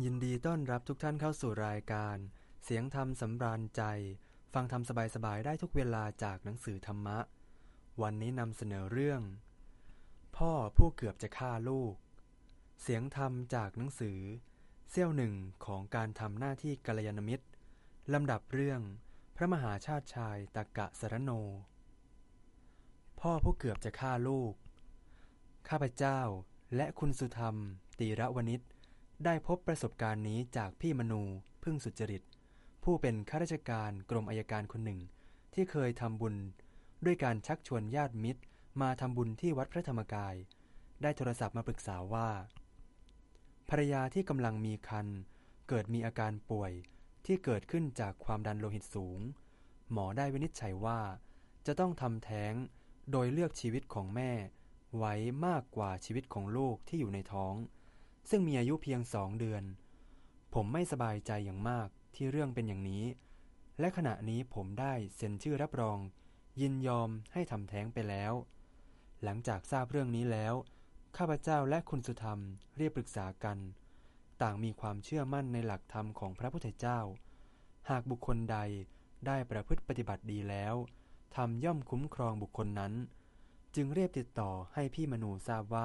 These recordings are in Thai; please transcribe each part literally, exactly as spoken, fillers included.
ยินดีต้อนรับทุกท่านเข้าสู่รายการเสียงธรรมสำราญใจฟังธรรมสบายๆได้ทุกเวลาจากหนังสือธรรมะวันนี้นำเสนอเรื่องพ่อผู้เกือบจะฆ่าลูกเสียงธรรมจากหนังสือเสี้ยวหนึ่งของการทำหน้าที่กัลยาณมิตรลำดับเรื่องพระมหาชาติชายตากะสรโนพ่อผู้เกือบจะฆ่าลูกข้าพเจ้าและคุณสุธรรมตีระวณิชได้พบประสบการณ์นี้จากพี่มนูพึ่งสุจริตผู้เป็นข้าราชการกรมอัยการคนหนึ่งที่เคยทำบุญด้วยการชักชวนญาติมิตรมาทำบุญที่วัดพระธรรมกายได้โทรศัพท์มาปรึกษาว่าภรรยาที่กำลังมีครรภ์เกิดมีอาการป่วยที่เกิดขึ้นจากความดันโลหิตสูงหมอได้วินิจฉัยว่าจะต้องทำแท้งโดยเลือกชีวิตของแม่ไว้มากกว่าชีวิตของลูกที่อยู่ในท้องซึ่งมีอายุเพียงสองเดือนผมไม่สบายใจอย่างมากที่เรื่องเป็นอย่างนี้และขณะนี้ผมได้เซ็นชื่อรับรองยินยอมให้ทำแท้งไปแล้วหลังจากทราบเรื่องนี้แล้วข้าพเจ้าและคุณสุธรรมเรียกปรึกษากันต่างมีความเชื่อมั่นในหลักธรรมของพระพุทธเจ้าหากบุคคลใดได้ประพฤติปฏิบัติดีแล้วธรรมย่อมคุ้มครองบุคคลนั้นจึงเรียบติดต่อให้พี่มนูทราบว่า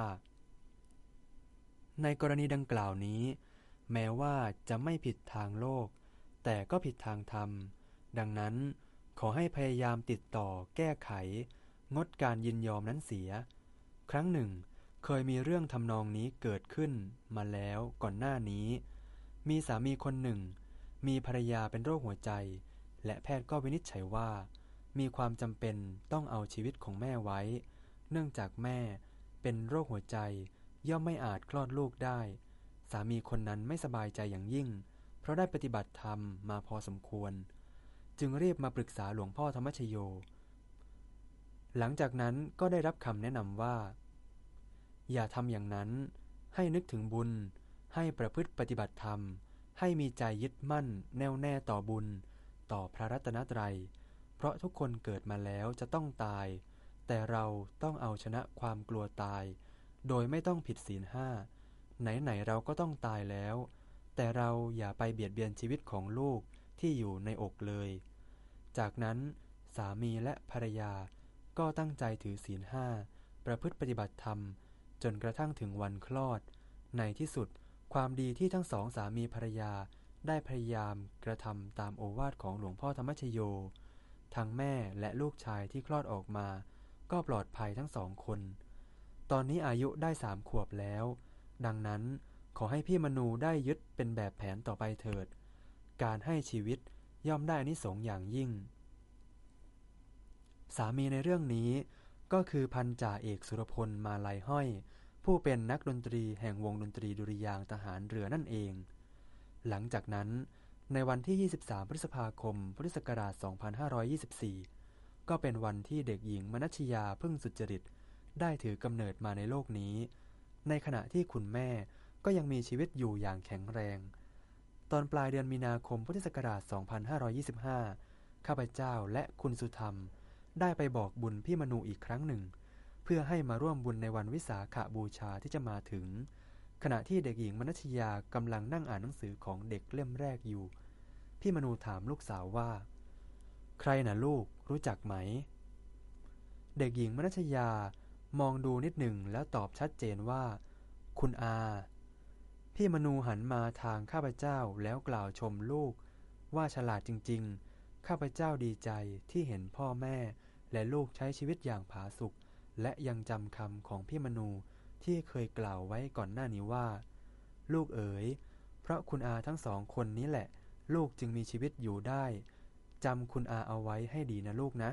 ในกรณีดังกล่าวนี้แม้ว่าจะไม่ผิดทางโลกแต่ก็ผิดทางธรรมดังนั้นขอให้พยายามติดต่อแก้ไขงดการยินยอมนั้นเสียครั้งหนึ่งเคยมีเรื่องทำนองนี้เกิดขึ้นมาแล้วก่อนหน้านี้มีสามีคนหนึ่งมีภรรยาเป็นโรคหัวใจและแพทย์ก็วินิจฉัยว่ามีความจำเป็นต้องเอาชีวิตของแม่ไว้เนื่องจากแม่เป็นโรคหัวใจย่อมไม่อาจคลอดลูกได้สามีคนนั้นไม่สบายใจอย่างยิ่งเพราะได้ปฏิบัติธรรมมาพอสมควรจึงรีบมาปรึกษาหลวงพ่อธรรมชโยหลังจากนั้นก็ได้รับคำแนะนำว่าอย่าทำอย่างนั้นให้นึกถึงบุญให้ประพฤติปฏิบัติธรรมให้มีใจยึดมั่นแน่วแน่ต่อบุญต่อพระรัตนตรัยเพราะทุกคนเกิดมาแล้วจะต้องตายแต่เราต้องเอาชนะความกลัวตายโดยไม่ต้องผิดศีลห้าไหนๆเราก็ต้องตายแล้วแต่เราอย่าไปเบียดเบียนชีวิตของลูกที่อยู่ในอกเลยจากนั้นสามีและภรรยาก็ตั้งใจถือศีลห้าประพฤติปฏิบัติธรรมจนกระทั่งถึงวันคลอดในที่สุดความดีที่ทั้งสองสามีภรรยาได้พยายามกระทำตามโอวาทของหลวงพ่อธรรมชโยทั้งแม่และลูกชายที่คลอดออกมาก็ปลอดภัยทั้งสองคนตอนนี้อายุได้สามขวบแล้วดังนั้นขอให้พี่มนูได้ยึดเป็นแบบแผนต่อไปเถิดการให้ชีวิตย่อมได้อานิสงส์อย่างยิ่งสามีในเรื่องนี้ก็คือพันจ่าเอกสุรพลมาลัยห้อยผู้เป็นนักดนตรีแห่งวงดนตรีดุริยางค์ทหารเรือนั่นเองหลังจากนั้นในวันที่ยี่สิบสามพฤษภาคมพุทธศักราชสองพันห้าร้อยยี่สิบสี่ก็เป็นวันที่เด็กหญิงมนัชยาพึ่งสุจริตได้ถือกำเนิดมาในโลกนี้ในขณะที่คุณแม่ก็ยังมีชีวิตอยู่อย่างแข็งแรงตอนปลายเดือนมีนาคมพุทธศักราชสองพันห้าร้อยยี่สิบห้าข้าพเจ้าและคุณสุธรรมได้ไปบอกบุญพี่มนูอีกครั้งหนึ่งเพื่อให้มาร่วมบุญในวันวิสาขบูชาที่จะมาถึงขณะที่เด็กหญิงมนัชยากำลังนั่งอ่านหนังสือของเด็กเล่มแรกอยู่พี่มนูถามลูกสาวว่าใครน่ะลูกรู้จักไหมเด็กหญิงมนัชยามองดูนิดหนึ่งแล้วตอบชัดเจนว่าคุณอาพี่มนูหันมาทางข้าพเจ้าแล้วกล่าวชมลูกว่าฉลาดจริงๆข้าพเจ้าดีใจที่เห็นพ่อแม่และลูกใช้ชีวิตอย่างผาสุกและยังจำคำของพี่มนูที่เคยกล่าวไว้ก่อนหน้านี้ว่าลูกเอ๋ยเพราะคุณอาทั้งสองคนนี้แหละลูกจึงมีชีวิตอยู่ได้จำคุณอาเอาไว้ให้ดีนะลูกนะ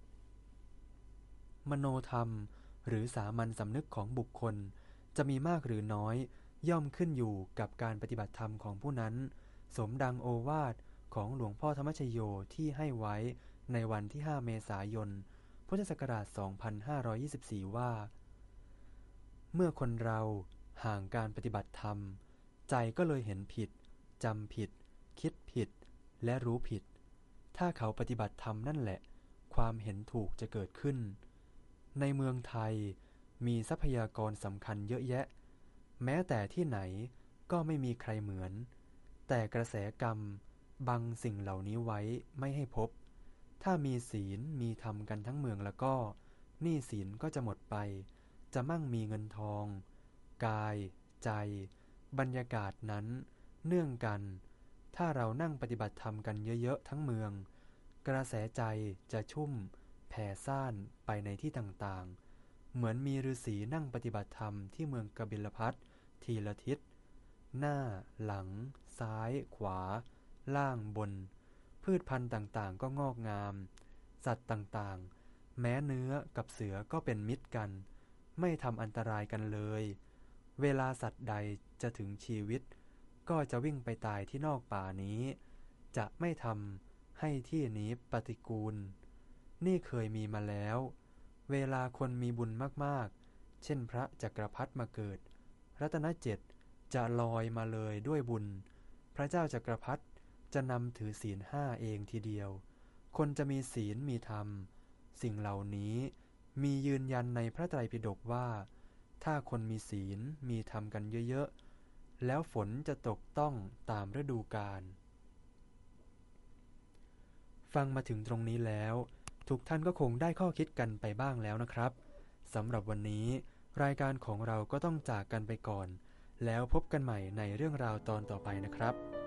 มโนธรรมหรือสามัญสำนึกของบุคคลจะมีมากหรือน้อยย่อมขึ้นอยู่กับการปฏิบัติธรรมของผู้นั้นสมดังโอวาทของหลวงพ่อธรรมชโยที่ให้ไว้ในวันที่ห้าเมษายนพุทธศักราชสองพันห้าร้อยยี่สิบสี่ว่าเมื่อคนเราห่างการปฏิบัติธรรมใจก็เลยเห็นผิดจำผิดคิดผิดและรู้ผิดถ้าเขาปฏิบัติธรรมนั่นแหละความเห็นถูกจะเกิดขึ้นในเมืองไทยมีทรัพยากรสำคัญเยอะแยะแม้แต่ที่ไหนก็ไม่มีใครเหมือนแต่กระแสกรรมบังสิ่งเหล่านี้ไว้ไม่ให้พบถ้ามีศีลมีธรรมกันทั้งเมืองแล้วก็หนี้สินก็จะหมดไปจะมั่งมีเงินทองกายใจบรรยากาศนั้นเนื่องกันถ้าเรานั่งปฏิบัติธรรมกันเยอะๆทั้งเมืองกระแสใจจะชุ่มแผ่ซ่านไปในที่ต่างๆเหมือนมีฤาษีนั่งปฏิบัติธรรมที่เมืองกบิลพัสทีละทิศหน้าหลังซ้ายขวาล่างบนพืชพันธุ์ต่างๆก็งอกงามสัตว์ต่างๆแม้เนื้อกับเสือก็เป็นมิตรกันไม่ทำอันตรายกันเลยเวลาสัตว์ใดจะถึงชีวิตก็จะวิ่งไปตายที่นอกป่านี้จะไม่ทำให้ที่นี้ปฏิกูลนี่เคยมีมาแล้วเวลาคนมีบุญมากๆเช่นพระจักรพรรดิมาเกิดรัตนเจ็ดจะลอยมาเลยด้วยบุญพระเจ้าจักรพรรดิจะนำถือศีลห้าเองทีเดียวคนจะมีศีลมีธรรมสิ่งเหล่านี้มียืนยันในพระไตรปิฎกว่าถ้าคนมีศีลมีธรรมกันเยอะๆแล้วฝนจะตกต้องตามฤดูกาลฟังมาถึงตรงนี้แล้วทุกท่านก็คงได้ข้อคิดกันไปบ้างแล้วนะครับสำหรับวันนี้รายการของเราก็ต้องจากกันไปก่อนแล้วพบกันใหม่ในเรื่องราวตอนต่อไปนะครับ